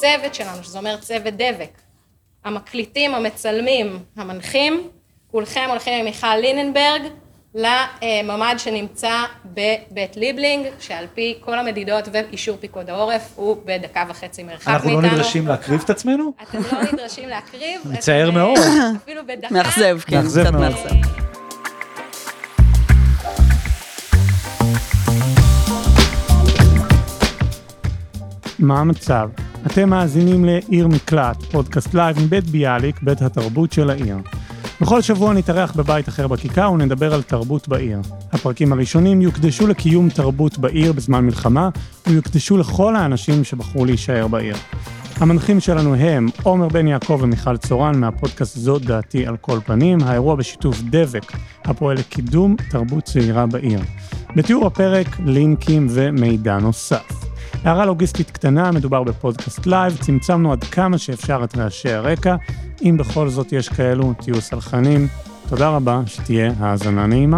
הצוות שלנו, שזה אומר צוות דבק, המקליטים, המצלמים, המנחים, כולכם הולכים עם מיכל ליננברג, לממד שנמצא בבית ליבלינג, שעל פי כל המדידות ואישור פיקוד העורף, הוא בדקה וחצי מרחק מאיתנו. אנחנו לא נדרשים להקריב את עצמנו? אתם לא נדרשים להקריב. מצער מאוד. אפילו בדקה. מאכזב, כן. מאכזב מאוד. מה המצב? אתם מאזינים לעיר מקלט, פודקאסט לייב מבית ביאליק, בית התרבות של העיר. בכל שבוע נתארח בבית אחר בכיכר ונדבר על תרבות בעיר. הפרקים הראשונים יוקדשו לקיום תרבות בעיר בזמן מלחמה, ויוקדשו לכל האנשים שבחרו להישאר בעיר. המנחים שלנו הם עומר בן יעקב ומיכל צורן מהפודקאסט זאת דעתי על כל פנים, האירוע בשיתוף דבק, הפועל לקידום תרבות צעירה בעיר. בתיאור הפרק, לינקים ומידע נוסף. הערה לוגיסטית קטנה, מדובר בפודקאסט לייב, צמצמנו עד כמה שאפשר את רעשי הרקע, אם בכל זאת יש כאלו, תהיו סלחנים. תודה רבה, שתהיה האזנה נעימה.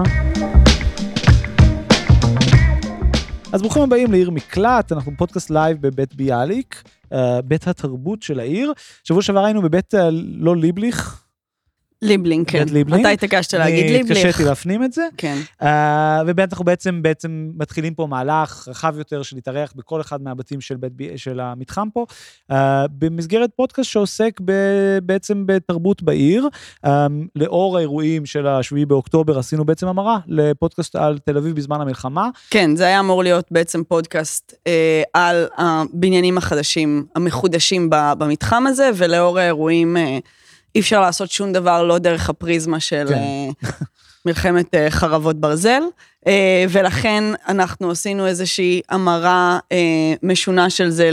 אז ברוכים הבאים לעיר מקלט, אנחנו בפודקאסט לייב בבית ביאליק, בית התרבות של העיר. שבוע שעבר היינו בבית לא ליבליך, ליבלינג, כן. אתה התעקשת להגיד ליבליך. התקשיתי להפנים את זה. כן. ובאמת אנחנו בעצם מתחילים פה מהלך רחב יותר של להתארח בכל אחד מהבתים של המתחם פה, במסגרת פודקאסט שעוסק בעצם בתרבות בעיר. לאור האירועים של השביעי באוקטובר עשינו בעצם המרה לפודקאסט על תל אביב בזמן המלחמה. כן, זה היה אמור להיות בעצם פודקאסט על הבניינים החדשים, המחודשים במתחם הזה, ולאור האירועים אי אפשר לעשות שום דבר לא דרך הפריזמה של מלחמת חרבות ברזל, ולכן אנחנו עשינו איזושהי אמרה משונה של זה,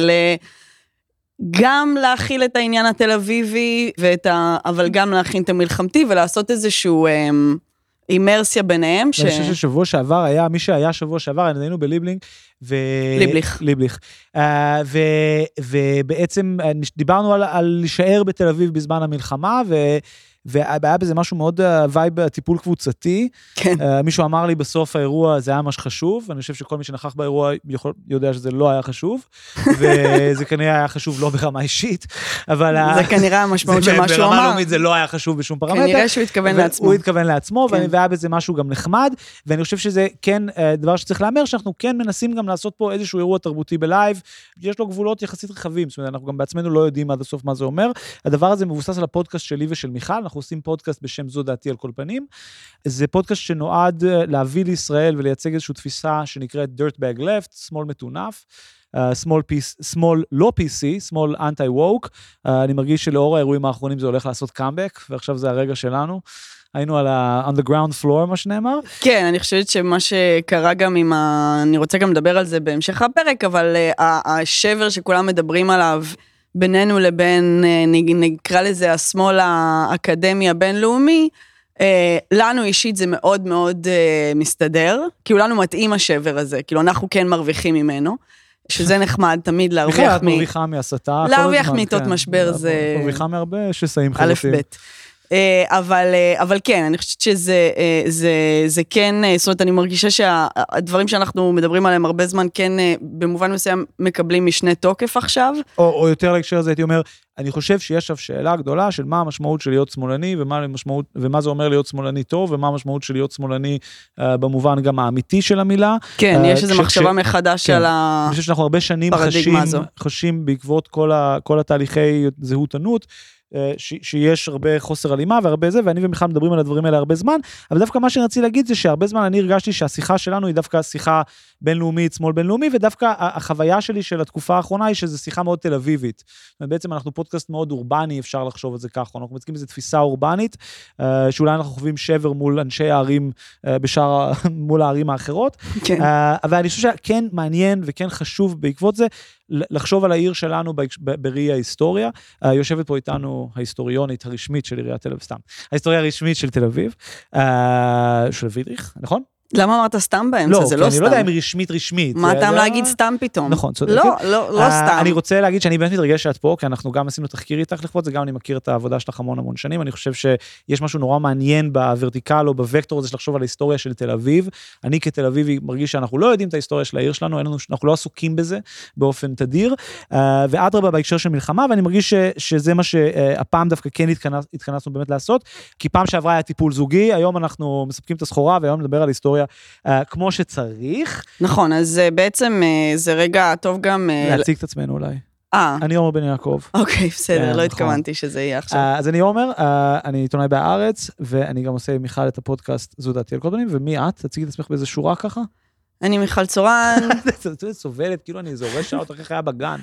גם להכיל את העניין התל אביבי, אבל גם להכין את המלחמתי, ולעשות איזשהו אימרסיה ביניהם. אני חושב ששבוע שעבר היה, מי שהיה שבוע שעבר, היינו בליבלינג, ליבליך. ובעצם דיברנו על להישאר בתל אביב בזמן המלחמה, והיה בזה משהו מאוד וייב טיפול קבוצתי. כן. מישהו אמר לי בסוף האירוע, זה היה ממש חשוב, ואני חושב שכל מי שנכח באירוע יודע שזה לא היה חשוב, וזה כנראה היה חשוב לא ברמה אישית, אבל זה כנראה המשמעות של מה שהוא אמר. ברמה לאומית זה לא היה חשוב בשום פרמטר. כנראה שהוא התכוון לעצמו. הוא התכוון לעצמו, והיה בזה משהו גם נחמד, ואני חושב שזה כן דבר שצריך לאמר, שאנחנו כן מנסים גם לעשות פה איזשהו אירוע תרבותי בלייב, יש לו גבולות יחסית רחבים, זאת אומרת, אנחנו גם בעצמנו לא יודעים עד הסוף מה זה אומר. הדבר הזה מבוסס על הפודקאסט שלי ושל מיכל, אנחנו עושים פודקאסט בשם זאת דעתי על כל פנים. זה פודקאסט שנועד להביא לישראל ולייצג איזושהי תפיסה שנקראת Dirtbag Left, שמאל מטונף, שמאל לא PC, שמאל anti-woke. אני מרגיש שלאור האירועים האחרונים זה הולך לעשות קאמבק, ועכשיו זה הרגע שלנו. היינו on the ground floor, מה שנאמר. כן, אני חושבת שמה שקרה גם אני רוצה גם לדבר על זה בהמשך הפרק, אבל השבר שכולם מדברים עליו, בינינו לבין, נקרא לזה, השמאל האקדמי הבינלאומי, לנו אישית זה מאוד מאוד מסתדר, כאילו לנו מתאים השבר הזה, כאילו אנחנו כן מרוויחים ממנו, שזה נחמד תמיד להרוויח את מרוויחה מהסתה, להרוויח מיתות משבר זה מרוויחה מהרבה שסעים חברתיים. א' ב'. אבל כן, אני חושבת שזה כן, זאת אומרת, אני מרגישה שהדברים שאנחנו מדברים עליהם הרבה זמן, כן, במובן מסוים מקבלים משנה תוקף עכשיו. או יותר להקשר הזה, הייתי אומר, אני חושב שיש עכשיו שאלה גדולה של מה המשמעות של להיות שמאלני, ומה זה אומר להיות שמאלני טוב, ומה המשמעות של להיות שמאלני במובן גם האמיתי של המילה. כן, יש איזו מחשבה מחדש על הפרדיגמה הזו. אני חושב שאנחנו הרבה שנים חשים בעקבות כל התהליכי זהותנות, שיש הרבה חוסר הלימה והרבה זה, ואני ומיכל מדברים על הדברים האלה הרבה זמן, אבל דווקא מה שאני רציתי להגיד זה שהרבה זמן אני הרגשתי שהשיחה שלנו היא דווקא שיחה בינלאומית, שמאל בינלאומי, ודווקא החוויה שלי של התקופה האחרונה היא שזו שיחה מאוד תל אביבית. בעצם אנחנו פודקאסט מאוד אורבני, אפשר לחשוב על זה ככה, אנחנו מצליחים איזו תפיסה אורבנית, שאולי אנחנו חווים שבר מול אנשי הערים, מול הערים האחרות, אבל אני חושב שכן מעניין וכן חשוב בעקבות זה, לחשוב על העיר שלנו בראי ההיסטוריה. יושבת פה איתנו ההיסטוריונית הרשמית של עיריית תל אביב, סתם. ההיסטוריה הרשמית של תל אביב, של וידריך, נכון? למה אמרת סתם באמצע? זה לא סתם. אני לא יודע אם היא רשמית. מה אתה להגיד סתם פתאום? נכון, צודקת. לא סתם. אני רוצה להגיד שאני באמת מתרגש שאת פה, כי אנחנו גם עשינו תחקיר איתך לכבוד, זה גם אני מכיר את העבודה שלך המון שנים, אני חושב שיש משהו נורא מעניין בוורטיקל או בווקטור הזה של לחשוב על ההיסטוריה של תל אביב. אני כתל אביבי מרגיש שאנחנו לא יודעים את ההיסטוריה של העיר שלנו, אנחנו לא עסוקים בזה באופן תדיר, ואדרבה בהקשר של מלחמה, ואני מרגיש שזה מה שהפעם דווקא כן התכנסנו באמת לעשות, כי פעם שעברה היה טיפול זוגי, היום אנחנו מספקים את הסחורה, והיום נדבר על היסטוריה כמו שצריך. נכון, אז בעצם זה רגע טוב גם... להציג את עצמנו אולי. אני עומר בן יעקב. אוקיי, בסדר, לא התכוונתי שזה יהיה עכשיו. אז אני עומר, אני עיתונאי בהארץ, ואני גם עושה עם מיכל את הפודקאסט זו דעתי על קוטונים, ומי את? תציגי את עצמך באיזה שורה ככה? אני מיכל צורן. זה סובלת, כאילו אני זורק שעות אחרי היה בגן.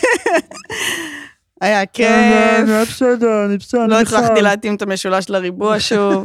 היה כיף. אני בסדר. לא הצלחתי להתאים את המשולש לריבוע שוב.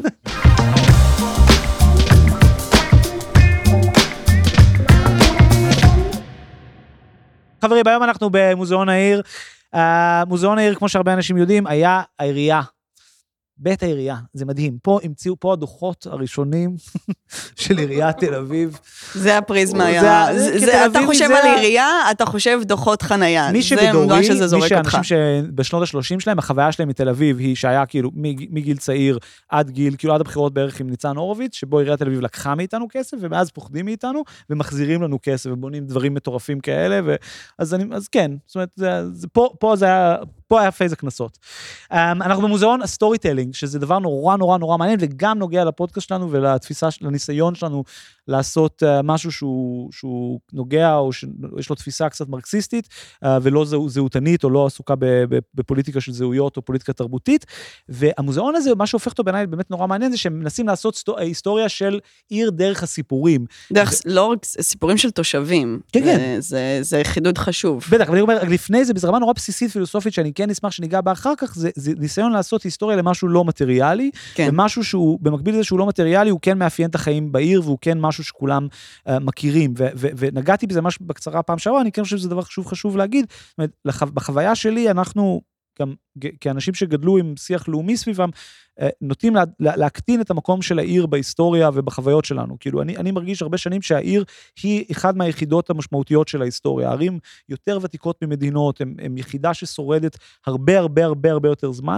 חברים, היום אנחנו במוזיאון העיר. מוזיאון העיר, כמו שהרבה אנשים יודעים, היה העירייה. בית העירייה, זה מדהים. פה המציאו פה הדוחות הראשונים של עיריית תל אביב. זה הפריזמה היה. אתה חושב על עירייה, אתה חושב דוחות חנייה. מי שבדורי, מי שאנשים שבשנות ה-30 שלהם, החוויה שלהם מתל אביב היא שהיה כאילו מגיל צעיר עד גיל, כאילו עד הבחירות בערך עם ניצן הורוביץ, שבו עיריית תל אביב לקחה מאיתנו כסף, ומאז פוחדים מאיתנו, ומחזירים לנו כסף, ובונים דברים מטורפים כאלה, אז כן, זאת אומרת, פה היה פייז הכנסות. אנחנו במוזיאון הסטורי טיילינג, שזה דבר נורא מעניין, וגם נוגע לפודקאסט שלנו ולתפיסה, לניסיון שלנו לעשות משהו שהוא נוגע, או שיש לו תפיסה קצת מרקסיסטית, ולא זהותנית, או לא עסוקה בפוליטיקה של זהויות, או פוליטיקה תרבותית, והמוזיאון הזה, מה שהופך אותו בעיניי באמת נורא מעניין, זה שהם מנסים לעשות היסטוריה של עיר דרך הסיפורים. לא רק סיפורים של תושבים. כן. זה חידוד חשוב. בטח, אבל אני אומר, לפני זה, בזרמה נורא בסיסית פילוסופית, שאני כן נשמח שניגע בה אחר כך, זה ניסיון לעשות היסטוריה למשהו לא מטריאלי, ומשהו שהוא, במקביל לזה שהוא לא מטריאלי, הוא כן מאפיין את החיים בעיר, והוא כן משהו שכולם מכירים, ונגעתי בזה ממש בקצרה פעם שעברה, אני כן חושב שזה דבר חשוב להגיד, זאת אומרת, בחוויה שלי, אנחנו גם כאנשים שגדלו עם שיח לאומי סביבם, נוטים להקטין את המקום של העיר בהיסטוריה ובחוויות שלנו. כאילו, אני מרגיש הרבה שנים שהעיר היא אחד מהיחידות המשמעותיות של ההיסטוריה. הערים יותר ותיקות ממדינות, הן יחידה ששורדת הרבה יותר זמן,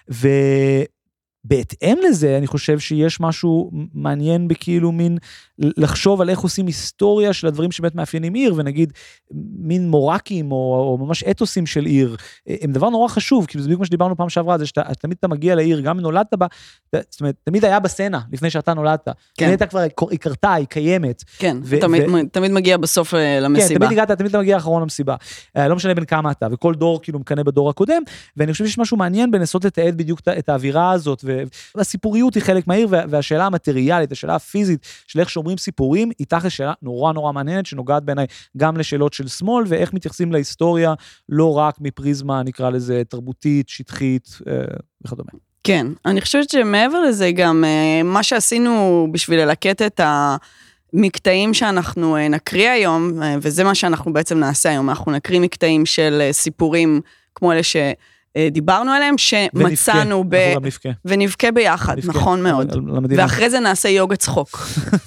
בהתאם לזה, אני חושב שיש משהו מעניין בכאילו מין לחשוב על איך עושים היסטוריה של הדברים שבאמת מאפיינים עיר, ונגיד מין מורקים או ממש אתוסים של עיר, הם דבר נורא חשוב, כאילו זה בדיוק מה שדיברנו פעם שעברה, זה שתמיד אתה מגיע לעיר, גם אם נולדת בה, זאת אומרת, תמיד היה בסצנה לפני שאתה נולדת, כן. הייתה כבר, היא קרתה, היא קיימת. כן, תמיד מגיע בסוף למסיבה. כן, תמיד אתה מגיע אחרון למסיבה, לא משנה בין כמה אתה, וכל דור כאילו מקנה בדור הקודם, ואני חושב שיש משהו מעניין בנסות לתעד בדיוק את האווירה הזאת, והסיפוריות היא חלק מהעיר, והשאלה המטריאלית, השאלה הפיזית של איך שאומרים סיפורים, היא תכף שאלה נורא מעניינת, שנוגעת בעיניי גם לשאלות של שמאל, ואיך מתייחסים להיסטוריה, לא רק מפריזמה, נקרא לזה, תרבותית, שטחית, וכדומה. כן, אני חושבת שמעבר לזה גם, מה שעשינו בשביל ללקט את המקטעים שאנחנו נקריא היום, וזה מה שאנחנו בעצם נעשה היום, אנחנו נקריא מקטעים של סיפורים, כמו אלה דיברנו עליהם, שמצאנו ונבכה ביחד, נכון מאוד. ואחרי זה נעשה יוגה צחוק.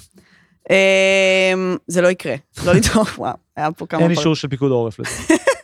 זה לא יקרה, לא לדאוג, וואו, היה פה כמה... אין אישור של פיקוד העורף לזה.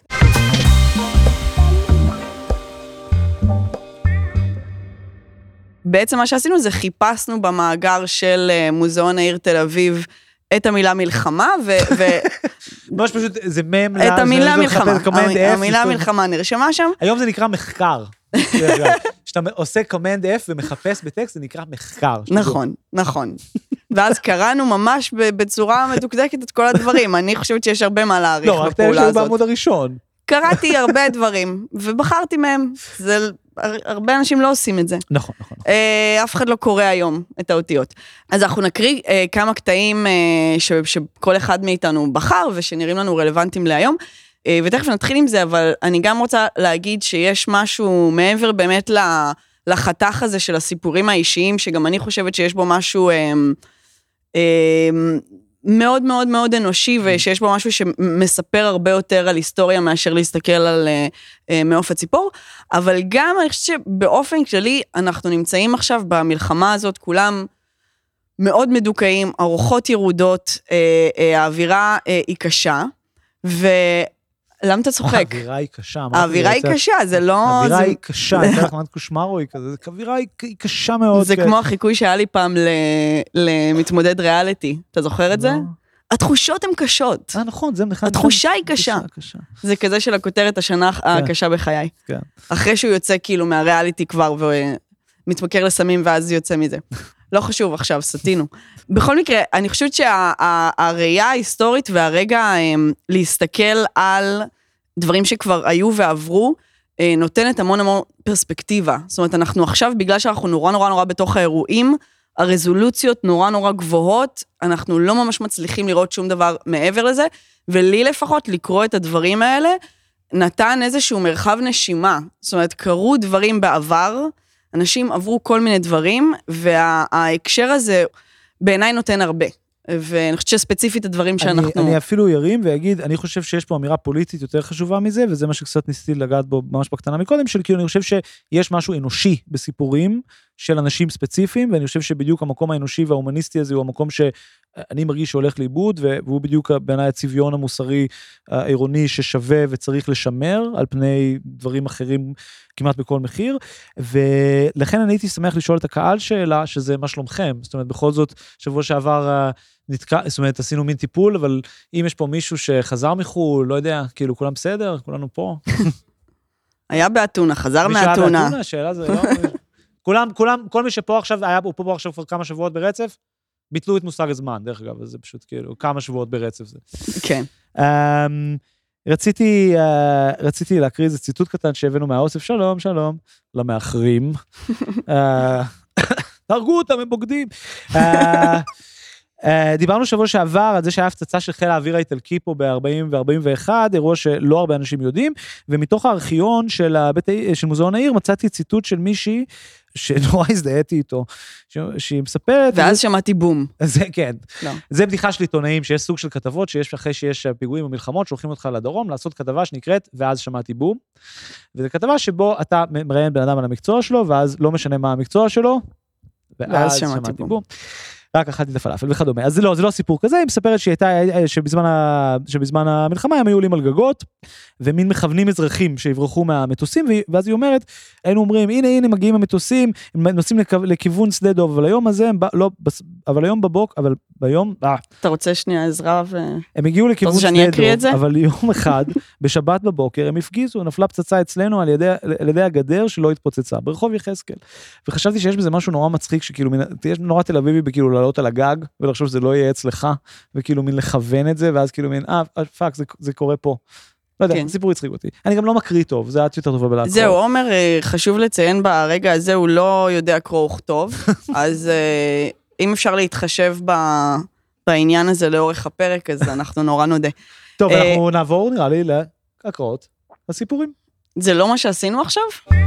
בעצם מה שעשינו זה חיפשנו במאגר של מוזיאון העיר תל אביב את המילה מלחמה, ממש פשוט, זה מם... את המילה מלחמה, המילה מלחמה נרשמה שם. היום זה נקרא מחקר. כשאתה עושה קומנד F ומחפש בטקסט, זה נקרא מחקר. נכון. ואז קראנו ממש בצורה מדוקדקת את כל הדברים. אני חושבת שיש הרבה מה להעריך בפעולה הזאת. לא, רק תהיה בעמוד הראשון. קראתי הרבה דברים, ובחרתי מהם. הרבה אנשים לא עושים את זה. נכון. אף אחד לא קורא היום את האותיות. אז אנחנו נקריא כמה קטעים שכל אחד מאיתנו בחר, ושנראים לנו רלוונטיים להיום, ותכף נתחיל עם זה, אבל אני גם רוצה להגיד שיש משהו מעבר באמת לחתך הזה של הסיפורים האישיים, שגם אני חושבת שיש בו משהו מאוד מאוד מאוד אנושי, ושיש בו משהו שמספר הרבה יותר על היסטוריה, מאשר להסתכל על מעוף הציפור, אבל גם אני חושבת שבאופן כללי, אנחנו נמצאים עכשיו במלחמה הזאת, כולם מאוד מדוכאים, ארוחות ירודות, האווירה היא קשה, למה אתה צוחק? האווירה היא קשה. האווירה היא קשה, זה לא... האווירה היא קשה, זה לך מעט קושמרוי כזה, האווירה היא קשה מאוד. זה כמו החיקוי שהיה לי פעם למתמודד ריאליטי, אתה זוכר את זה? התחושות הן קשות. נכון, זה נכנס. התחושה היא קשה. זה כזה של הכותרת השנה הקשה בחיי. אחרי שהוא יוצא כאילו מהריאליטי כבר, ומתמכר לסמים ואז יוצא מזה. לא חשוב עכשיו, סתינו. בכל מקרה, אני חושבת שהראייה ההיסטורית והרגע להסתכל על דברים שכבר היו ועברו, נותנת המון המון פרספקטיבה. זאת אומרת, אנחנו עכשיו, בגלל שאנחנו נורא בתוך האירועים, הרזולוציות נורא גבוהות, אנחנו לא ממש מצליחים לראות שום דבר מעבר לזה, ולי לפחות לקרוא את הדברים האלה, נתן איזשהו מרחב נשימה. זאת אומרת, קרו דברים בעבר, אנשים עברו כל מיני דברים, וההקשר הזה בעיניי נותן הרבה. ואני חושבת שספציפית הדברים שאנחנו... אני אפילו ירים ויגיד, אני חושב שיש פה אמירה פוליטית יותר חשובה מזה, וזה מה שקצת ניסיתי לגעת בו ממש בקטנה מקודם, של כאילו אני חושב שיש משהו אנושי בסיפורים של אנשים ספציפיים, ואני חושב שבדיוק המקום האנושי וההומניסטי הזה הוא המקום שאני מרגיש שהולך לאיבוד, והוא בדיוק בעיניי הצביון המוסרי העירוני ששווה וצריך לשמר על פני דברים אחרים כמעט בכל מחיר, ולכן אני הייתי שמח לשאול את הקהל שאלה, שזה מה שלומכם, זאת אומרת, בכל זאת, שבוע שעבר זאת אומרת, עשינו מין טיפול, אבל אם יש פה מישהו שחזר מחול, לא יודע, כאילו, כולם בסדר, כולנו פה. היה באתונה, חזר מאתונה. מי שהיה באתונה, שאלה זה לא... כל מי שפה עכשיו, היה פה עכשיו כבר כמה שבועות ברצף, ביטלו את מושג הזמן, דרך אגב, זה פשוט כאילו, כמה שבועות ברצף זה. כן. רציתי להקריא איזה ציטוט קטן שהבאנו מהאוסף, שלום, למאחרים. תהרגו אותם, הם בוגדים. דיברנו שבוע שעבר על זה שהיה הפצצה של חיל האוויר האיטלקי פה ב-40 ו-41, אירוע שלא הרבה אנשים יודעים, ומתוך הארכיון של מוזיאון העיר מצאתי ציטוט של מישהי, שנורא הזדהיתי איתו, שהיא מספרת... ואז שמעתי בום. זה כן. זה בדיחה של עיתונאים, שיש סוג של כתבות, שיש אחרי שיש פיגועים ומלחמות, שולחים אותך לדרום, לעשות כתבה שנקראת, ואז שמעתי בום. וזו כתבה שבו אתה מראיין בן אדם על המקצוע שלו, ואז לא משנה מה המקצוע שלו, ואז שמעתי בום. רק אכלתי את הפלאפל וכדומה. אז זה לא סיפור כזה, היא מספרת שבזמן המלחמה הם היו עולים על גגות, ומין מכוונים אזרחים שיברחו מהמטוסים, ואז היא אומרת, היינו אומרים, הנה מגיעים המטוסים, הם נוסעים לכיוון שדה דוב, אבל היום הזה, אבל היום אבל ביום... אתה רוצה שנייה עזרה הם הגיעו לכיוון שדה דוב, אבל יום אחד, בשבת בבוקר, הם הפגיזו, נפלה פצצה אצלנו על ידי הגדר שלא התפוצצה, ברחוב יחזקאל. וחשבתי שיש בזה משהו נורא מצחיק, שכאילו, יש נורא תל אביבי בכאילו לעלות על הגג, ולחשוב שזה לא יהיה אצלך, וכאילו מין לכוון את זה, ואז כאילו מין, פאק, זה קורה פה. לא יודע, סיפור הצחיק אותי. אני גם לא מקריא טוב, זה עד יותר טובה בלהקרוא. זהו, עומר, חשוב לציין ברגע הזה, הוא לא יודע קרוא וכתוב, אז אם אפשר להתחשב בעניין הזה לאורך הפרק, אז אנחנו נורא נודה. טוב, אנחנו נעבור, נראה לי, להקראות, לסיפורים. זה לא מה שעשינו עכשיו?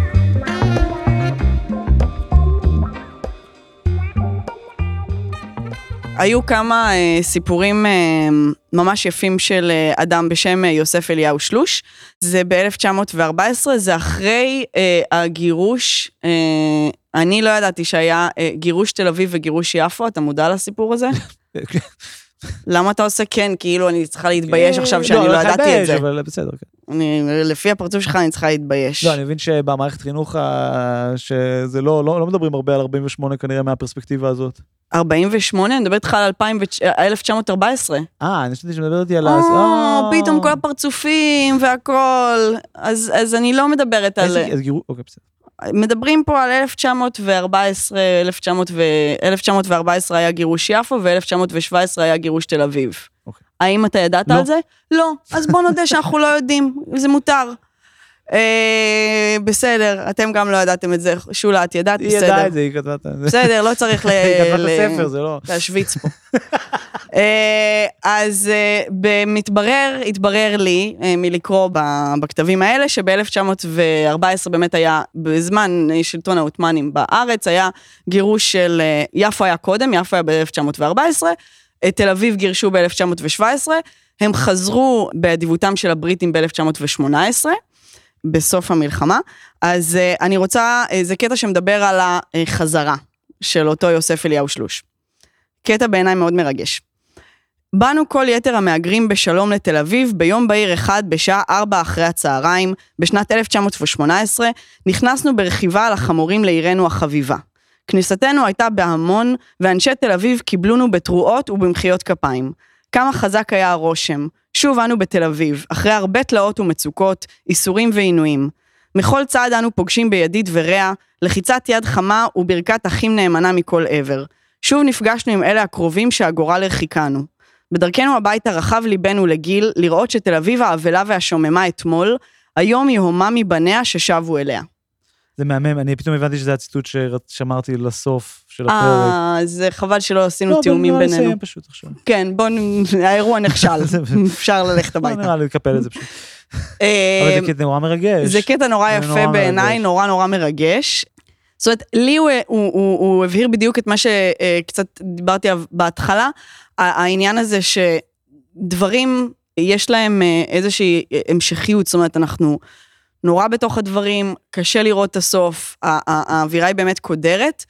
היו כמה סיפורים ממש יפים של אדם בשם יוסף אליהו שלוש, זה ב-1914, זה אחרי הגירוש, אני לא ידעתי שהיה גירוש תל אביב וגירוש יפו, אתה מודע לסיפור הזה? למה אתה עושה כן, כאילו אני צריכה להתבייש עכשיו שאני לא ידעתי את זה. אבל בסדר, כן. לפי הפרצוף שלך אני צריכה להתבייש. לא, אני מבין שבמערכת חינוך, שזה לא מדברים הרבה על 48 כנראה מהפרספקטיבה הזאת. 48? אני מדברת לך על 1914. אני חושבת שמדברת איתי על... פתאום כל הפרצופים והכל, אז אני לא מדברת על... אוקיי, בסדר. מדברים פה על 1914, 1914 היה גירוש יפו, ו-1917 היה גירוש תל אביב. האם אתה ידעת על זה? לא. אז בוא נודה שאנחנו לא יודעים, זה מותר. בסדר, אתם גם לא ידעתם את זה, שולה, את ידעת, בסדר. היא ידעה את זה, היא כתבה את זה. בסדר, לא צריך היא כתבה את הספר, זה לא. להשוויץ פה. אז התברר לי מלקרוא בכתבים האלה, שב-1914 באמת היה, בזמן שלטון העות'מאנים בארץ, היה גירוש של, יפו היה קודם, יפו היה ב-1914, תל אביב גירשו ב-1917, הם חזרו באדיבותם של הבריטים ב-1918, בסוף המלחמה, אז אני רוצה, זה קטע שמדבר על החזרה של אותו יוסף אליהו שלוש. קטע בעיניי מאוד מרגש. באנו כל יתר המאגרים בשלום לתל אביב, ביום בהיר אחד בשעה 4 אחרי הצהריים, בשנת 1918, נכנסנו ברכיבה על החמורים לעירנו החביבה. כניסתנו הייתה בהמון, ואנשי תל אביב קיבלונו בתרועות ובמחיות כפיים. כמה חזק היה הרושם. שוב אנו בתל אביב, אחרי הרבה תלאות ומצוקות, איסורים ועינויים. מכל צעד אנו פוגשים בידיד ורע, לחיצת יד חמה וברכת אחים נאמנה מכל עבר. שוב נפגשנו עם אלה הקרובים שהגורל הרחיקנו. בדרכנו הביתה רחב ליבנו לגיל, לראות שתל אביב האבלה והשוממה אתמול, היום היא הומה מבניה ששבו אליה. זה מהמם, אני פתאום הבנתי שזה הציטוט ששמרתי לסוף של הפרק. זה חבל שלא עשינו תיאומים בינינו. לא, בוא נסיים פשוט עכשיו. כן, האירוע נכשל, אפשר ללכת הביתה. נראה לי לקפל את זה פשוט. אבל זה קטע נורא מרגש. זה קטע נורא יפה בעיניי, נורא מרגש. זאת אומרת, לי הוא הבהיר בדיוק את מה שקצת דיברתי בהתחלה, העניין הזה שדברים, יש להם איזושהי המשכיות, זאת אומרת, אנחנו נורא בתוך הדברים, קשה לראות את הסוף, האווירה היא באמת קודרת,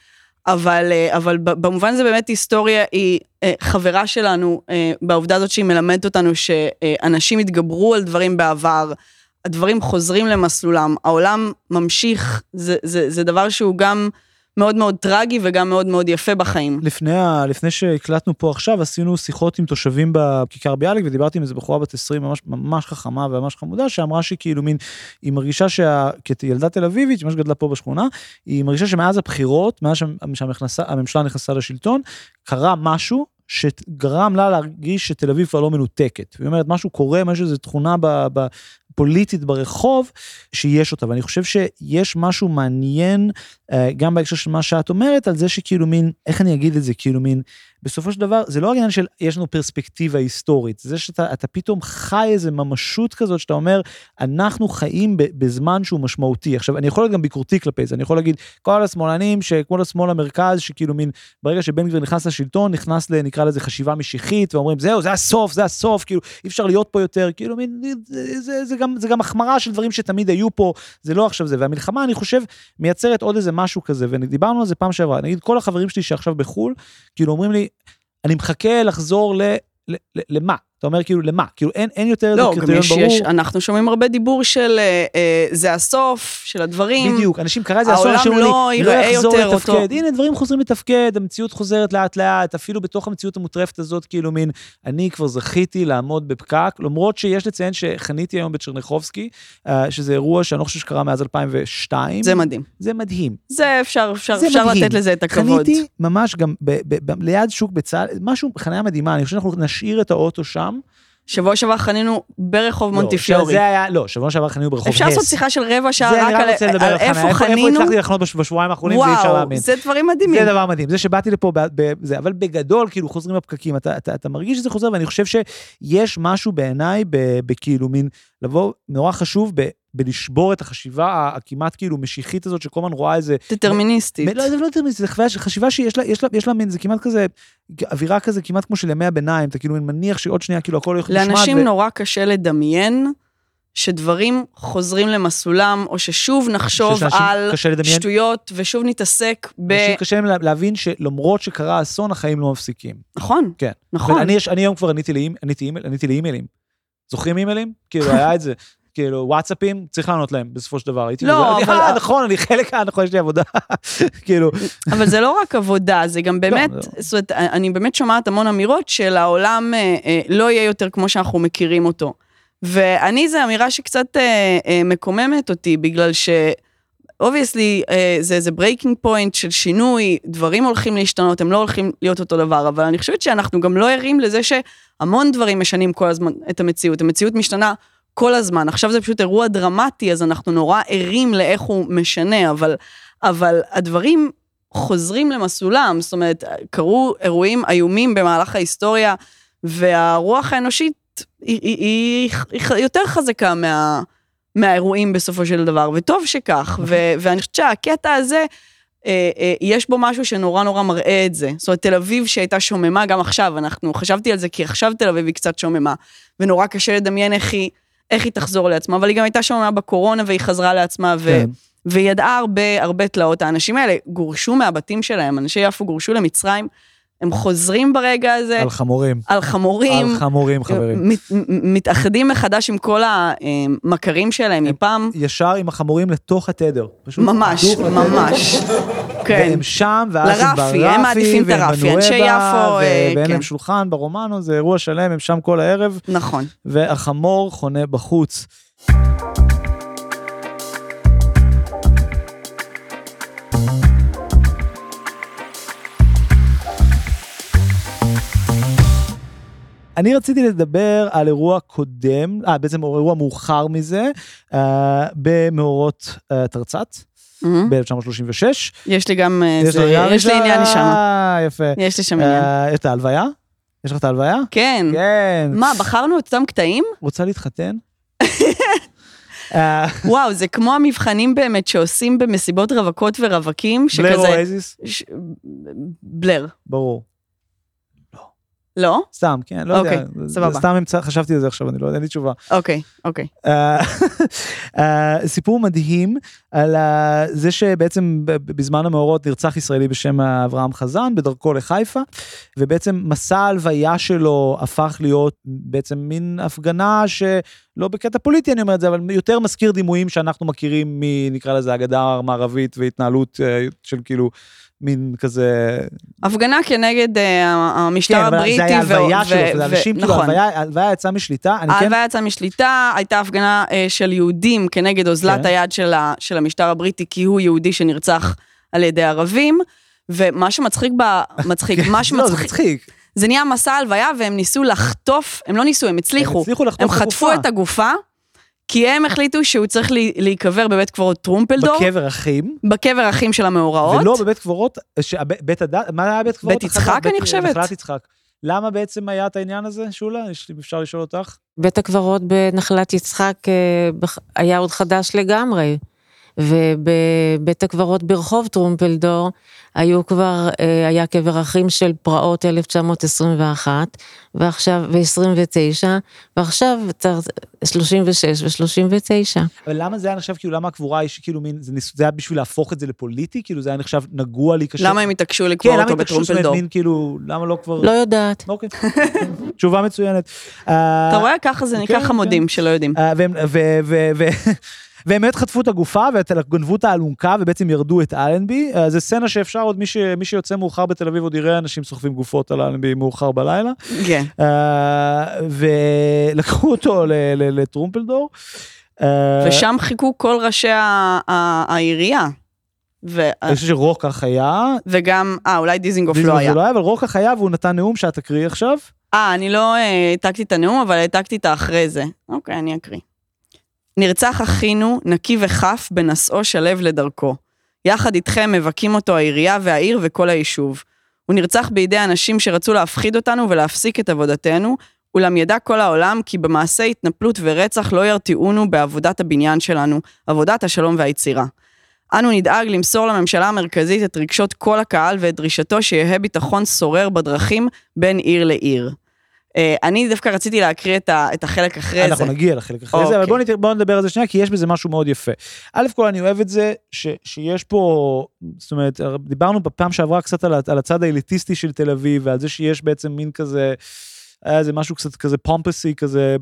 אבל במובן זה באמת היסטוריה היא חברה שלנו, בעובדה הזאת שהיא מלמדת אותנו שאנשים התגברו על דברים בעבר, הדברים חוזרים למסלולם, העולם ממשיך, זה דבר שהוא גם מאוד מאוד טרגי וגם מאוד מאוד יפה בחיים. לפני שהקלטנו פה עכשיו, עשינו שיחות עם תושבים בכיכר ביאליק, ודיברתי עם איזה בחורה בת 20, ממש חכמה וממש חמודה, שאמרה שכאילו מין, היא מרגישה כילדה תל אביבית, שממש גדלה פה בשכונה, היא מרגישה שמאז הבחירות, מאז שהממשלה נכנסה לשלטון, קרה משהו שגרם לה להרגיש שתל אביב כבר לא מנותקת. והיא אומרת, משהו קורה, משהו, זו תכונה פוליטית ברחוב, שיש אותה, ואני חושב שיש משהו מעניין, גם בהקשר של מה שאת אומרת, על זה שכאילו מין, איך אני אגיד את זה, כאילו מין, בסופו של דבר, זה לא העניין של, יש לנו פרספקטיבה היסטורית, זה שאתה פתאום חי איזה ממשות כזאת, שאתה אומר, אנחנו חיים בזמן שהוא משמעותי, עכשיו, אני יכול להיות גם ביקורתי כלפי זה, אני יכול להגיד, כל השמאלנים, שכמו לשמאל המרכז, שכאילו מין, ברגע שבן גביר נכנס לשלטון, נכנס נקרא לזה חשיבה משיחית, ואומרים, זהו, זה הסוף, כאילו, אי אפשר להיות פה יותר, כאילו מין, זה גם החמרה של דברים שתמיד היו פה, זה לא עכשיו זה, והמלחמה, אני חושב, מייצרת עוד איזה משהו כזה, ודיברנו על זה פעם שעברה, נגיד, כל החברים שלי שעכשיו בחול, כאילו אומרים לי, אני מחכה לחזור למה? אתה אומר כאילו למה? כאילו אין יותר איזה קריטריון ברור. אנחנו שומעים הרבה דיבור של זה הסוף, של הדברים. בדיוק, אנשים קרא את זה הסוף, העולם לא ייראה יותר אותו. הנה, דברים חוזרים לתפקד, המציאות חוזרת לאט לאט, אפילו בתוך המציאות המוטרפת הזאת, כאילו מין, אני כבר זכיתי לעמוד בפקק, למרות שיש לציין שחניתי היום בצ'רניחובסקי, שזה אירוע שאני לא חושב שקרה מאז 2002. זה מדהים. זה מדהים. זה אפשר לתת לזה את הכבוד. חניתי ממש גם ליד שוק בצהל, משהו, חניה מדהימה, אני חושב שאנחנו נשאיר את האוטו שם. שבוע שעבר חנינו ברחוב מונטיפיורי. שבוע שעבר חנינו ברחוב הס. אפשר לעשות שיחה של רבע שעה רק על איפה חנינו. איפה הצלחתי לחנות בשבועיים האחרונים, זה אי אפשר להאמין. זה דברים מדהימים. זה דבר מדהים, זה שבאתי לפה, אבל בגדול, כאילו חוזרים בפקקים, אתה מרגיש שזה חוזר, ואני חושב שיש משהו בעיניי, בכאילו מין, לבוא נורא חשוב, בלשבור את החשיבה הכמעט כאילו משיחית הזאת, שכל הזמן רואה איזה... דטרמיניסטית. לא, זה לא דטרמיניסטית, זה חשיבה שיש לה מין, זה כמעט כזה, אווירה כזה, כמעט כמו של ימי הביניים, אתה כאילו מניח שעוד שנייה, כאילו הכל הולך לשמעת. לאנשים נורא קשה לדמיין, שדברים חוזרים למסלולם, או ששוב נחשוב על שטויות, ושוב נתעסק קשה להם להבין שלמרות שקרה אסון, החיים לא מפסיקים. נכון. כן. נכון. אני היום כבר עניתי לאימיילים. זוכרים אימיילים? כאילו, היה את זה. כאילו, וואטסאפים, צריך לענות להם, בסופו של דבר. לא, אבל... נכון, אני חלק, נכון, יש לי עבודה. כאילו... אבל זה לא רק עבודה, זה גם באמת, זאת אומרת, אני באמת שומעת המון אמירות של העולם לא יהיה יותר כמו שאנחנו מכירים אותו. ואני, זו אמירה שקצת מקוממת אותי, בגלל ש... obviously, זה איזה breaking point של שינוי, דברים הולכים להשתנות, הם לא הולכים להיות אותו דבר, אבל אני חושבת שאנחנו גם לא ערים לזה שהמון דברים משנים כל הזמן את המציאות. המציאות משתנה כל הזמן. עכשיו זה פשוט אירוע דרמטי, אז אנחנו נורא ערים לאיך הוא משנה, אבל הדברים חוזרים למסלולם, זאת אומרת, קרו אירועים איומים במהלך ההיסטוריה, והרוח האנושית היא יותר חזקה מהאירועים בסופו של דבר, וטוב שכך, ואני חושבת שהקטע הזה, יש בו משהו שנורא נורא מראה את זה. זאת אומרת, תל אביב שהייתה שוממה גם עכשיו, חשבתי על זה כי עכשיו תל אביב היא קצת שוממה, ונורא קשה לדמיין איך היא תחזור לעצמה, אבל היא גם הייתה שוממה בקורונה, והיא חזרה לעצמה, והיא ידעה הרבה תלאות. האנשים האלה גורשו מהבתים שלהם, אנשי יפו גורשו למצרים, הם חוזרים ברגע הזה. על חמורים. על חמורים. על חמורים, חברים. מתאחדים מחדש עם כל המכרים שלהם מפעם. ישר עם החמורים לתוך התדר. ממש, ממש. והם שם, ואז הם ברפי, הם מעדיפים את הרפי, אנשי יפו. ואין להם שולחן ברומנו, זה אירוע שלם, הם שם כל הערב. נכון. והחמור חונה בחוץ. אני רציתי לדבר על אירוע קודם, בעצם אירוע מאוחר מזה, במאורות תרצ"ת, ב-1936. יש לי גם, יש לי עניין שם. יפה. יש לי שם עניין. את ההלוויה? יש לך את ההלוויה? כן. כן. מה, בחרנו את אותם קטעים? רוצה להתחתן? וואו, זה כמו המבחנים באמת שעושים במסיבות רווקות ורווקים, בלר או אייזיס? בלר. ברור. לא? סתם, כן, לא יודע. סבבה. סתם חשבתי על זה עכשיו, אני לא יודע, אין לי תשובה. אוקיי. סיפור מדהים על זה שבעצם בזמן המאורות נרצח ישראלי בשם אברהם חזן, בדרכו לחיפה, ובעצם מסע ההלוויה שלו הפך להיות בעצם מין הפגנה שלא בקטע פוליטי אני אומר את זה, אבל יותר מזכיר דימויים שאנחנו מכירים נקרא לזה הגדה המערבית והתנהלות של כאילו, מין כזה... הפגנה כנגד המשטר הבריטי. זה היה הלוויה שלו, זה אנשים, כאילו, ההלוויה יצאה משליטה. ההלוויה יצאה משליטה, הייתה הפגנה של יהודים כנגד אוזלת היד של המשטר הבריטי, כי הוא יהודי שנרצח על ידי ערבים, ומה שמצחיק זה נהיה מסע הלוויה, והם ניסו לחטוף, הם לא ניסו, הם הצליחו, הם חטפו את הגופה, כי הם החליטו שהוא צריך להיקבר בבית קברות טרומפלדור. בקבר אחים. בקבר אחים של המאורעות. ולא בבית קברות, בית הדת, מה היה בית קברות? בית יצחק אני חושבת. נחלת יצחק. למה בעצם היה את העניין הזה, שולה? אפשר לשאול אותך? בית הקברות בנחלת יצחק היה עוד חדש לגמרי. ובבית הקברות ברחוב טרומפלדור, היה קבר אחים של פרעות 1921, ועכשיו, ו-29, ועכשיו 36 ו-39. אבל למה זה היה נחשב, כאילו, למה הקבורה היא שכאילו, זה היה בשביל להפוך את זה לפוליטי? כאילו, זה היה נחשב נגוע לי קשה? למה הם התעקשו לקבור אותו בטרומפלדור? כן, כאילו, למה לא כבר... לא יודעת. אוקיי, תשובה מצוינת. אתה רואה, ככה זה נקרא חמודים שלא יודעים. והם באמת חטפו את הגופה, וגנבו את האלונקה, ובעצם ירדו את אלנבי. זה סצנה שאפשר עוד, מי שיוצא מאוחר בתל אביב, עוד יראה אנשים סוחבים גופות על אלנבי מאוחר בלילה. כן. ולקחו אותו לטרומפלדור. ושם חיכו כל ראשי העירייה. אני חושב שרוקח היה. וגם, אולי דיזינגוף לא היה. אבל רוקח היה, והוא נתן נאום שאת תקריא עכשיו. אני לא העתקתי את הנאום, אבל העתקתי את האחרי זה. אוקיי, אני אקריא. נרצח אחינו, נקי וחף, בנשאו שלב לדרכו. יחד איתכם מבקים אותו העירייה והעיר וכל היישוב. הוא נרצח בידי אנשים שרצו להפחיד אותנו ולהפסיק את עבודתנו, אולם ידע כל העולם כי במעשה התנפלות ורצח לא ירתיעונו בעבודת הבניין שלנו, עבודת השלום והיצירה. אנו נדאג למסור לממשלה המרכזית את רגשות כל הקהל ואת דרישתו שיהיה ביטחון שורר בדרכים בין עיר לעיר. אני דווקא רציתי להקריא את החלק אחרי זה. אנחנו נגיע לחלק אחרי זה, אבל בואו נדבר על זה שנייה, כי יש בזה משהו מאוד יפה. א' כל אני אוהב את זה, שיש פה, זאת אומרת, דיברנו בפעם שעברה קצת על הצד האליטיסטי של תל אביב, ועל זה שיש בעצם מין כזה, היה זה משהו קצת כזה פומפסי, כזה,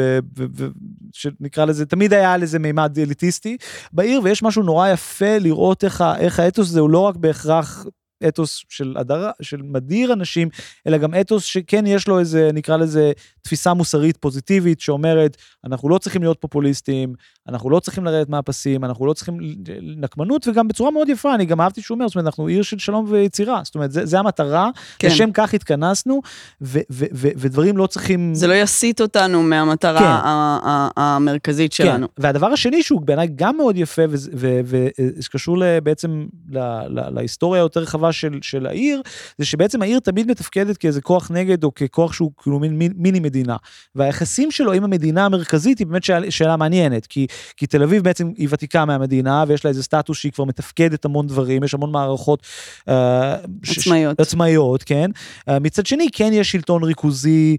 שנקרא לזה, תמיד היה לזה מימד אליטיסטי בעיר, ויש משהו נורא יפה לראות איך האתוס הזה הוא לא רק בהכרח אתוס של מדיר אנשים, אלא גם אתוס שכן יש לו איזה, נקרא לזה, תפיסה מוסרית פוזיטיבית, שאומרת, אנחנו לא צריכים להיות פופוליסטים, אנחנו לא צריכים לרדת מהפסים, אנחנו לא צריכים נקמנות, וגם בצורה מאוד יפה, אני גם אהבתי שהוא אומר, זאת אומרת, אנחנו עיר של שלום ויצירה, זאת אומרת, זה המטרה, לשם כך התכנסנו, ודברים לא צריכים... זה לא יסיט אותנו מהמטרה המרכזית שלנו. והדבר השני שהוא בעיניי גם מאוד יפה, ושקשור בעצם להיסטוריה יותר רחבה של העיר, זה שבעצם העיר תמיד מתפקדת כאיזה כוח נגד, או ככוח שהוא כאילו מיני מדינה. והיחסים שלו עם המדינה המרכזית היא באמת שאלה מעניינת, כי תל אביב בעצם היא ותיקה מהמדינה, ויש לה איזה סטטוס שהיא כבר מתפקדת המון דברים, יש המון מערכות עצמאיות, כן? מצד שני, כן יש שלטון ריכוזי,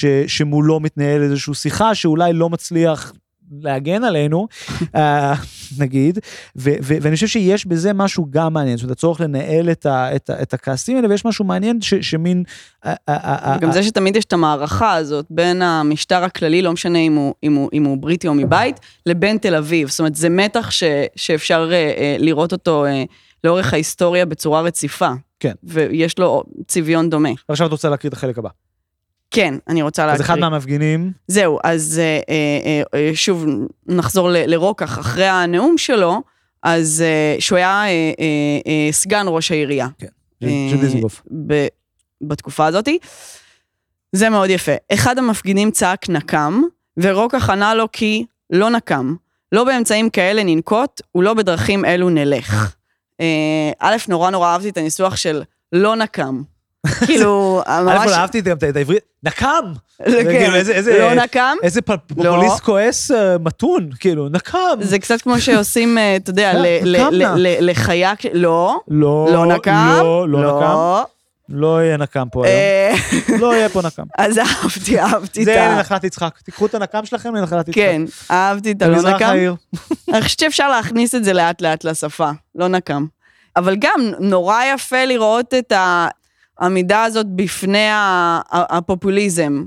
שמולו מתנהל איזושהי שיחה, שאולי לא מצליח להגן עלינו, נגיד, ואני חושב שיש בזה משהו גם מעניין, זאת אומרת, הצורך לנהל את הכעסים האלה, ויש משהו מעניין שמין... גם זה שתמיד יש את המערכה הזאת, בין המשטר הכללי, לא משנה אם הוא בריטי או מבית, לבין תל אביב, זאת אומרת, זה מתח שאפשר לראות אותו לאורך ההיסטוריה בצורה רציפה. כן. ויש לו צביון דומה. עכשיו את רוצה להקריא את החלק הבא. כן, אני רוצה להקריא. אז אחד מהמפגינים... זהו, אז שוב נחזור לרוקח אחרי הנאום שלו, אז שהוא היה סגן ראש העירייה. כן, של דיזנגוף. בתקופה הזאת. זה מאוד יפה. אחד המפגינים צעק נקם, ורוקח ענה לו כי לא נקם. לא באמצעים כאלה ננקוט, ולא בדרכים אלו נלך. א', נורא אהבתי את הניסוח של לא נקם. כאילו, ממש... א', אהבתי את העברית, נקם! לא נקם? איזה פופוליסט כועס מתון, כאילו, נקם! זה קצת כמו שעושים, אתה יודע, לחיה... לא נקם. לא נקם. לא יהיה נקם פה היום. לא יהיה פה נקם. אז אהבתי את זה לנחלת יצחק. תיקחו את הנקם שלכם לנחלת יצחק. כן, אהבתי את הלא נקם. במזרח העיר. אני חושבת שאפשר להכניס את זה לאט לאט לשפה, לא נקם. אבל גם נורא יפה לראות את העמידה הזאת בפני הפופוליזם,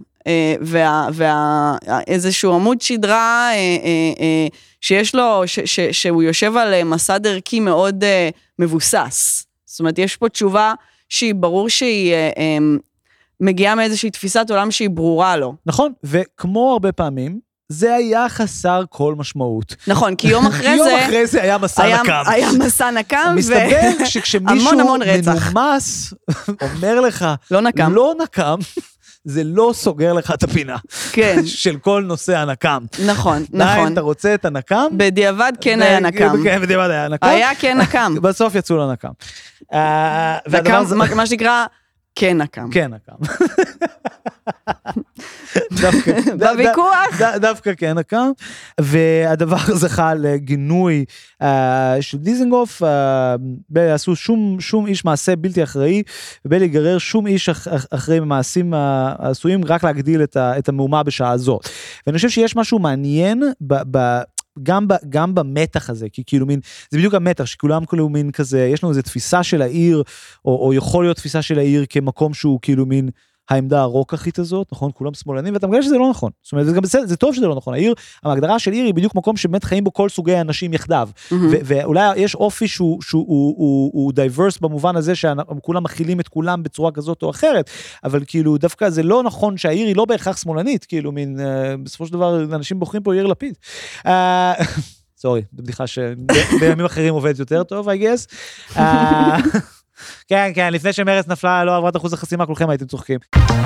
ואיזשהו עמוד שדרה שיש לו, שהוא יושב על מסד ערכי מאוד מבוסס. זאת אומרת, יש פה תשובה שהיא ברור שהיא מגיעה מאיזושהי תפיסת עולם שהיא ברורה לו. נכון, וכמו הרבה פעמים, זה היה חסר כל משמעות. נכון, כי יום אחרי זה היה מסע נקם. היה מסע נקם, מסתבר שכשמישהו מנומס אומר לך, לא נקם, זה לא סוגר לך את הפינה. כן. של כל נושא הנקם. נכון. אתה רוצה את הנקם? בדיעבד כן היה נקם. כן, בדיעבד היה נקם. היה כן נקם. בסוף יצאו לנקם. מה שנקרא, כן נקם. כן נקם. בוויכוח? דווקא כן נקם. והדבר זכה לגינוי של דיזנגוף, עשו שום איש מעשה בלתי אחראי, ובלהיגרר שום איש אחראי במעשים העשויים, רק להגדיל את המהומה בשעה הזאת. ואני חושב שיש משהו מעניין גם במתח הזה, כי כאילו מין, זה בדיוק המתח, שכולם כאילו מין כזה, יש לנו איזו תפיסה של העיר, או יכול להיות תפיסה של העיר כמקום שהוא כאילו מין העמדה הרוקחית הזאת, נכון? כולם שמאלנים, ואתה מגלה שזה לא נכון. זאת אומרת, זה טוב שזה לא נכון. העיר, ההגדרה של עיר היא בדיוק מקום שבאמת חיים בו כל סוגי האנשים יחדיו. ואולי יש אופי שהוא דייברס במובן הזה שכולם מכילים את כולם בצורה כזאת או אחרת, אבל כאילו דווקא זה לא נכון שהעיר היא לא בהכרח שמאלנית, כאילו מין, בסופו של דבר אנשים בוחרים פה יאיר לפיד. סורי, זו בדיחה שבימים אחרים עובדת יותר טוב, I guess. כן, לפני שמרץ נפלה, לא עברת אחוז החסימה, כולכם הייתם צוחקים.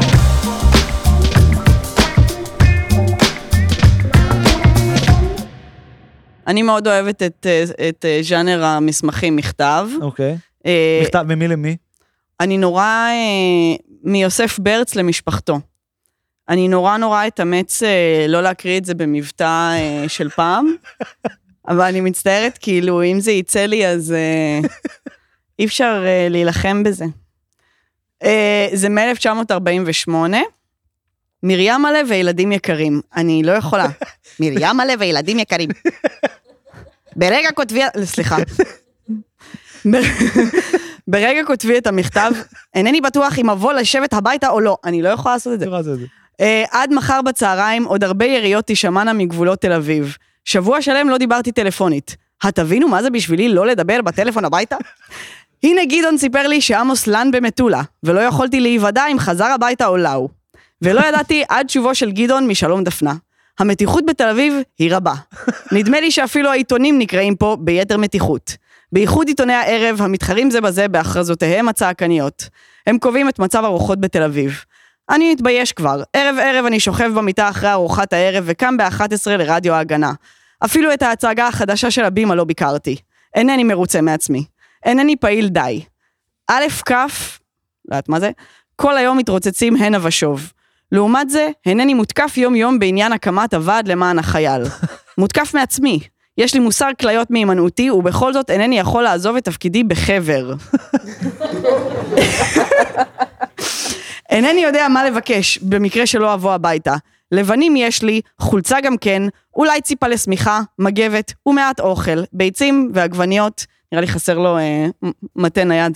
אני מאוד אוהבת את ז'אנר המסמכים מכתב. אוקיי. מכתב ממי למי? אני נורא, מיוסף ברץ למשפחתו. אני נורא אתאמץ לא להקריא את זה במבטא של פעם, אבל אני מצטערת, כאילו, אם זה יצא לי, אז אי אפשר להילחם בזה. זה מ-1948, מרים מלא וילדים יקרים. אני לא יכולה. מרים מלא וילדים יקרים. ברגע כותבי... סליחה. ברגע כותבי את המכתב, אינני בטוח אם אבוא לשבת הביתה או לא. אני לא יכולה לעשות את זה. עד מחר בצהריים, עוד הרבה יריות תשמענה מגבולות תל אביב. שבוע שלם לא דיברתי טלפונית. התבינו מה זה בשבילי לא לדבר בטלפון הביתה? הנה גדעון סיפר לי שעמוס לן במטולה, ולא יכולתי להיוודע אם חזר הביתה או לא. ולא ידעתי עד שובו של גדעון משלום דפנה. המתיחות בתל אביב היא רבה. נדמה לי שאפילו העיתונים נקראים פה ביתר מתיחות. בייחוד עיתוני הערב המתחרים זה בזה בהכרזותיהם הצעקניות. הם קובעים את מצב הרוחות בתל אביב. אני מתבייש כבר. ערב אני שוכב במיטה אחרי ארוחת הערב וקם ב-11 לרדיו ההגנה. אפילו את ההצגה החדשה של הבימה לא ביקרתי. אינני מרוצה מעצמי. אינני פעיל די. א' כף, לא יודעת מה זה, כל היום מתרוצצים הנה ושוב. לעומת זה, אינני מותקף יום בעניין הקמת הוועד למען החייל. מותקף מעצמי. יש לי מוסר כליות מהימנעותי, ובכל זאת אינני יכול לעזוב את תפקידי בחבר. אינני יודע מה לבקש, במקרה שלא אבוא הביתה. לבנים יש לי, חולצה גם כן, אולי ציפה לשמיכה, מגבת ומעט אוכל, ביצים ועגבניות, נראה לי חסר לו מטה נייד.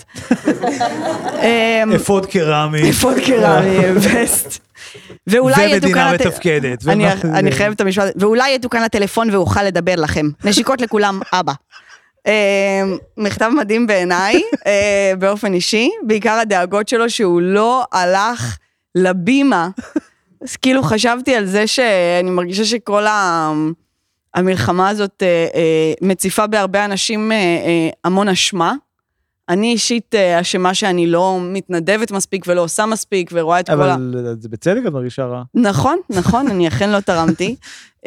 אפוד קרמי. אפוד קרמי, וסט. ומדינה מתפקדת. אני חייבת את המשפט, ואולי יתוקן הטלפון ואוכל לדבר לכם. נשיקות לכולם, אבא. מכתב מדהים בעיניי, באופן אישי, בעיקר הדאגות שלו שהוא לא הלך לבימה. אז כאילו חשבתי על זה שאני מרגישה שכל המלחמה הזאת מציפה בהרבה אנשים המון אשמה. אני אישית אשמה שאני לא מתנדבת מספיק ולא עושה מספיק ורואה את כל אבל זה בצדק את מרגישה רע. נכון, אני אכן לא תרמתי.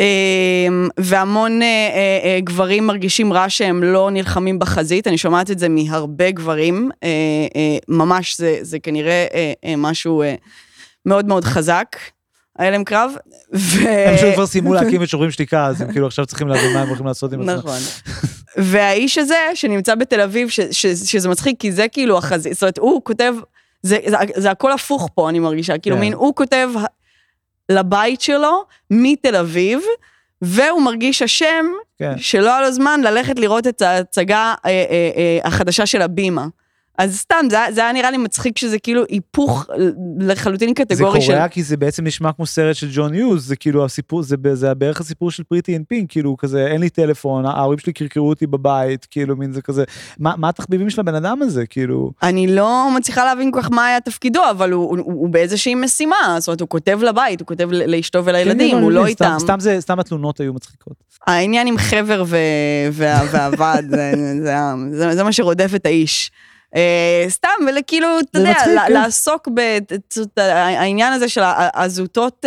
והמון גברים מרגישים רע שהם לא נלחמים בחזית, אני שומעת את זה מהרבה גברים, ממש זה כנראה משהו מאוד מאוד חזק. הלם קרב, הם שוב כבר סיימו להקים את שוברים שתיקה, אז הם כאילו עכשיו צריכים להבין מה הם הולכים לעשות עם עצמם. נכון. והאיש הזה, שנמצא בתל אביב, שזה מצחיק, כי זה כאילו החזית, זאת אומרת, הוא כותב, זה הכל הפוך פה, אני מרגישה, כאילו מין, הוא כותב לבית שלו, מתל אביב, והוא מרגיש השם, שלא היה לו זמן ללכת לראות את ההצגה החדשה של הבימה. אז סתם, זה היה נראה לי מצחיק שזה כאילו היפוך לחלוטין קטגורי של... זה קורה כי זה בעצם נשמע כמו סרט של ג'ון יוז, זה כאילו הסיפור, זה בערך הסיפור של פריטי אנד פינק, כאילו כזה, אין לי טלפון, ההורים שלי קרקרו אותי בבית, כאילו מין זה כזה, מה התחביבים של הבן אדם הזה, כאילו? אני לא מצליחה להבין כל כך מה היה תפקידו, אבל הוא באיזושהי משימה, זאת אומרת, הוא כותב לבית, הוא כותב לאשתו ולילדים, הוא לא איתם. סתם התלונות היו מצחיקות. העניין עם חבר והעבד, זה מה שרודף את האיש. סתם, ולכאילו, אתה יודע, לעסוק בעניין הזה של הזוטות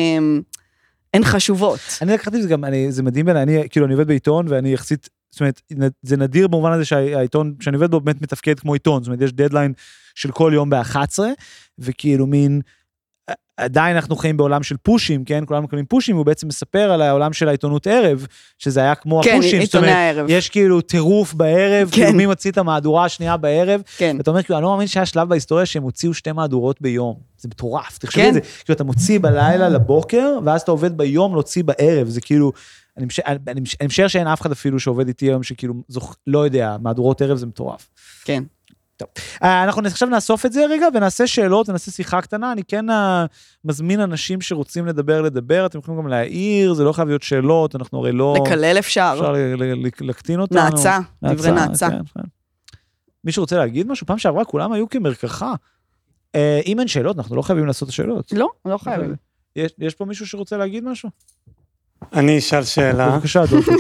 הן חשובות. אני לקחתי את זה גם, זה מדהים בעיניי, אני כאילו אני עובד בעיתון, ואני יחסית, זאת אומרת, זה נדיר במובן הזה שהעיתון, שאני עובד בו באמת מתפקד כמו עיתון, זאת אומרת, יש דדליין של כל יום ב-11, וכאילו מין, עדיין אנחנו חיים בעולם של פושים, כן? כולם מקבלים פושים, הוא בעצם מספר על העולם של העיתונות ערב, שזה היה כמו כן, הפושים, זאת אומרת, יש כאילו טירוף בערב, כן. כאילו מי מציא את המהדורה השנייה בערב, כן. ואתה אומר, כאילו, אני לא מאמין שהיה שלב בהיסטוריה שהם הוציאו 2 מהדורות ביום, זה מטורף, תחשבי את זה, כאילו אתה מוציא בלילה לבוקר, ואז אתה עובד ביום להוציא בערב, זה כאילו, אני משער שאין אף אחד אפילו שעובד איתי היום, שכאילו, לא יודע, מהדורות ערב זה מטורף. כן. טוב. אנחנו עכשיו נאסוף את זה רגע, ונעשה שאלות, ונעשה שיחה קטנה, אני כן מזמין אנשים שרוצים לדבר, אתם יכולים גם להעיר, זה לא חייב להיות שאלות, אנחנו הרי לא... לקלל אפשר. אפשר לקטין אותנו. נעצה, דברי נעצה. כן. מי שרוצה להגיד משהו, פעם שעברה כולם היו כמרקחה. אם אין שאלות, אנחנו לא חייבים לעשות את השאלות. לא חייבים. יש פה מישהו שרוצה להגיד משהו? אני אשאל שאלה. בבקשה, דוקטור.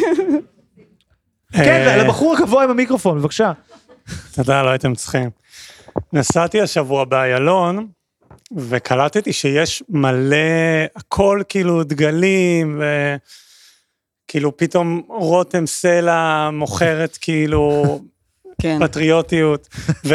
כן, לבחור הקבוע עם המיקרופון, בבקשה. תודה, לא הייתם צריכים. נסעתי השבוע באיילון, וקלטתי שיש מלא, הכל כאילו דגלים, וכאילו פתאום רותם סלע מוכרת כאילו פטריוטיות.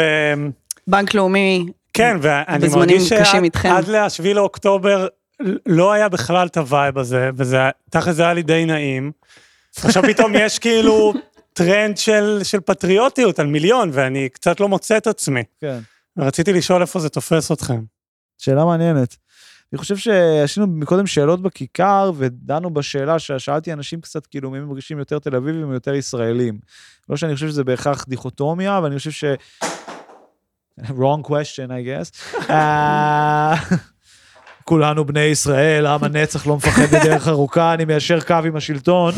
בנק לאומי. כן, ואני מרגיש שעד ל7 לאוקטובר לא היה בכלל את הווייב הזה, וזה תכף זה היה לי די נעים. עכשיו פתאום יש כאילו... טרנד של פטריוטיות על מיליון, ואני קצת לא מוצא את עצמי. כן. ורציתי לשאול איפה זה תופס אתכם. שאלה מעניינת. אני חושב שעשינו מקודם שאלות בכיכר, ודנו בשאלה ששאלתי אנשים קצת, כאילו, מי מרגישים יותר תל אביבים או יותר ישראלים. לא שאני חושב שזה בהכרח דיכוטומיה, אבל אני חושב ש... wrong question, I guess. כולנו בני ישראל, עם הנצח לא מפחד בדרך ארוכה, אני מיישר קו עם השלטון.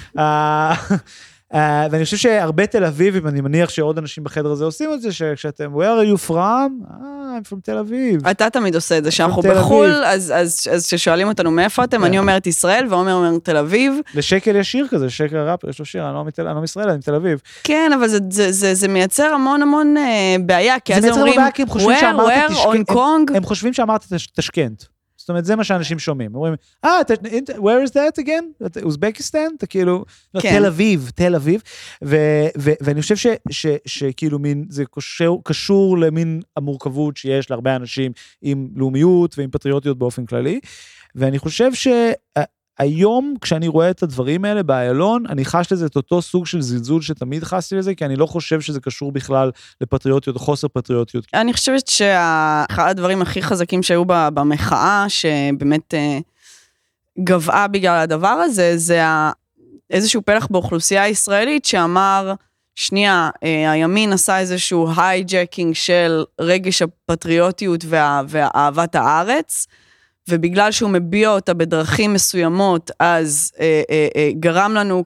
ואני חושב שהרבה תל אביבים, אני מניח שעוד אנשים בחדר הזה עושים את זה, שכשאתם, where are you from? I'm from תל אביב. אתה תמיד עושה את זה, שאנחנו בחול, אז כששואלים אותנו מאיפה אתם, אני אומרת ישראל, ועומר אומר תל אביב. לשקל יש שיר כזה, שקל ראפר, יש לו שיר, אני לא מישראל, אני מתל אביב. כן, אבל זה מייצר המון בעיה, כי אז אומרים, where, הונג קונג. הם חושבים שאמרת תשכנט. זאת אומרת, זה מה שאנשים שומעים. אומרים, where is that again? אוזבקיסטן? אתה כאילו, תל אביב, תל אביב. ואני חושב שכאילו מין, זה קשור למין המורכבות שיש להרבה אנשים עם לאומיות ועם פטריוטיות באופן כללי. ואני חושב שהיום, כשאני רואה את הדברים האלה באיילון, אני חש לזה את אותו סוג של זלזול שתמיד חסתי לזה, כי אני לא חושב שזה קשור בכלל לפטריוטיות או חוסר פטריוטיות. אני חושבת שאחד הדברים הכי חזקים שהיו במחאה, שבאמת גבעה בגלל הדבר הזה, זה איזשהו פלח באוכלוסייה הישראלית שאמר, שנייה, הימין עשה איזשהו הייג'קינג של רגש הפטריוטיות ואהבת הארץ, ובגלל שהוא מביע אותה בדרכים מסוימות, אז גרם לנו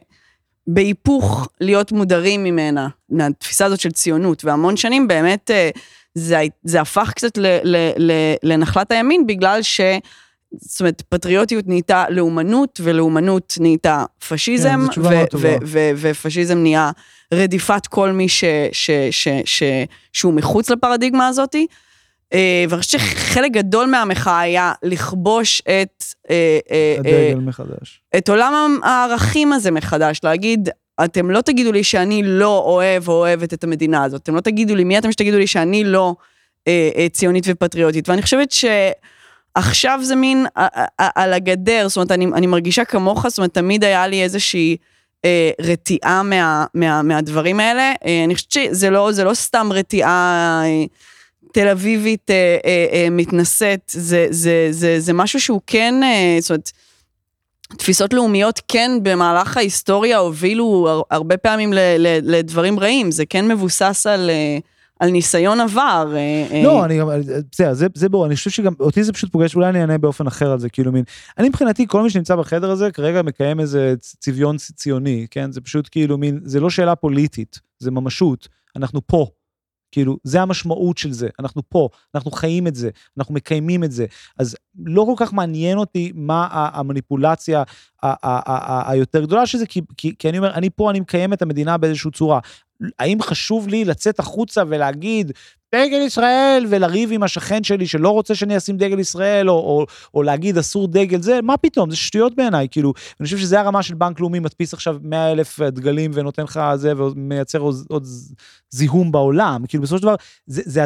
בהיפוך להיות מודרים ממנה, מהתפיסה הזאת של ציונות, והמון שנים באמת זה הפך קצת לנחלת הימין, בגלל זאת אומרת, פטריוטיות נהייתה לאומנות, ולאומנות נהייתה פשיזם, ופשיזם נהיה רדיפת כל מי שהוא מחוץ לפרדיגמה הזאת, ואני חושבת שחלק גדול מהמחאה היה לכבוש הדגל מחדש. את עולם הערכים הזה מחדש, להגיד, אתם לא תגידו לי שאני לא אוהב או אוהבת את המדינה הזאת, אתם לא תגידו לי, מי אתם שתגידו לי שאני לא ציונית ופטריוטית, ואני חושבת עכשיו זה מין על הגדר, זאת אומרת, אני מרגישה כמוך, זאת אומרת, תמיד היה לי איזושהי רתיעה מהדברים האלה, אני חושבת שזה לא סתם רתיעה תל אביבית מתנשאת, זה משהו שהוא כן, זאת אומרת, תפיסות לאומיות כן במהלך ההיסטוריה הובילו הרבה פעמים לדברים רעים, זה כן מבוסס על ניסיון עבר. לא, זה ברור, אני חושב שגם אותי זה פשוט פוגש, אולי אני אענה באופן אחר על זה, כאילו מין, אני מבחינתי, כל מי שנמצא בחדר הזה, כרגע מקיים איזה צביון ציוני, כן, זה פשוט כאילו מין, זה לא שאלה פוליטית, זה ממשות, אנחנו פה, כאילו, זה המשמעות של זה, אנחנו פה, אנחנו חיים את זה, אנחנו מקיימים את זה, אז לא כל כך מעניין אותי מה המניפולציה היותר גדולה שזה, כי אני אומר, אני פה, אני מקיים את המדינה באיזושהי צורה, האם חשוב לי לצאת החוצה ולהגיד, דגל ישראל, ולריב עם השכן שלי שלא רוצה שאני אשים דגל ישראל, או להגיד אסור דגל, זה, מה פתאום? זה שטויות בעיניי, כאילו, אני חושב שזה הרמה של בנק לאומי, מדפיס עכשיו 100,000 דגלים, ונותן לך זה, ומייצר עוד זיהום בעולם, כאילו, בסופו של דבר, זה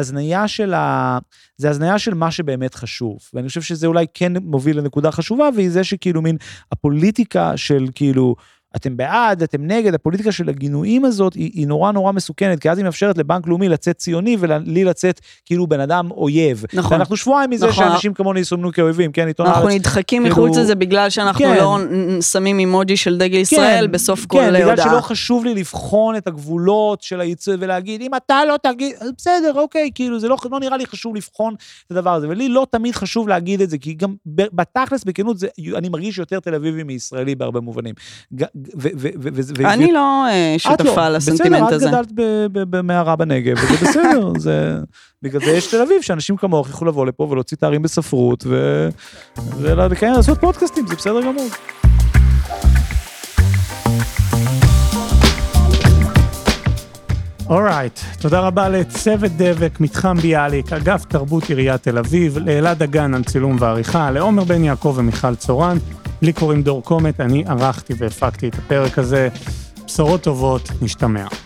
הזניה של מה שבאמת חשוב, ואני חושב שזה אולי כן מוביל לנקודה חשובה, והיא זה שכאילו מין, הפוליטיקה של כאילו, אתם בעד, אתם נגד, הפוליטיקה של הגינויים הזאת היא נורא נורא מסוכנת, כי אז היא מאפשרת לבנק לאומי לצאת ציוני, ולי לצאת כאילו בן אדם אויב. נכון. ואנחנו שבועיים מזה שאנשים כמוני יסומנו כאויבים, כן, עיתון הארץ. אנחנו נדחקים מחוץ לזה, בגלל שאנחנו לא שמים אימוג'י של דגל ישראל בסוף כל הודעה. כן, בגלל שלא חשוב לי לבחון את הגבולות של הייצוא, ולהגיד, אם אתה לא תגיד, בסדר, אוקיי, כאילו, זה לא נראה לי חשוב לבחון את הדבר הזה, ולי לא תמיד חשוב להגיד את זה, כי גם בתכלס, בכנות, אני מרגיש יותר תל אביבי מישראלי בהרבה מובנים. אני לא שותפה לסנטימנט הזה. בסדר, את גדלת במערה בנגב, וזה בסדר, בגלל זה יש תל אביב, שאנשים כמוך יכולו לבוא לפה ולהוציא תארים בספרות, ולקיים לעשות פודקאסטים, זה בסדר גמור. אורייט, תודה רבה לצוות דבק, מתחם ביאליק, אגף תרבות עיריית תל אביב, לאלעד דגן על צילום ועריכה, לעומר בן יעקב ומיכל צורן, לי קוראים דור קומט, אני ערכתי והפקתי את הפרק הזה, בשורות טובות, נשתמע.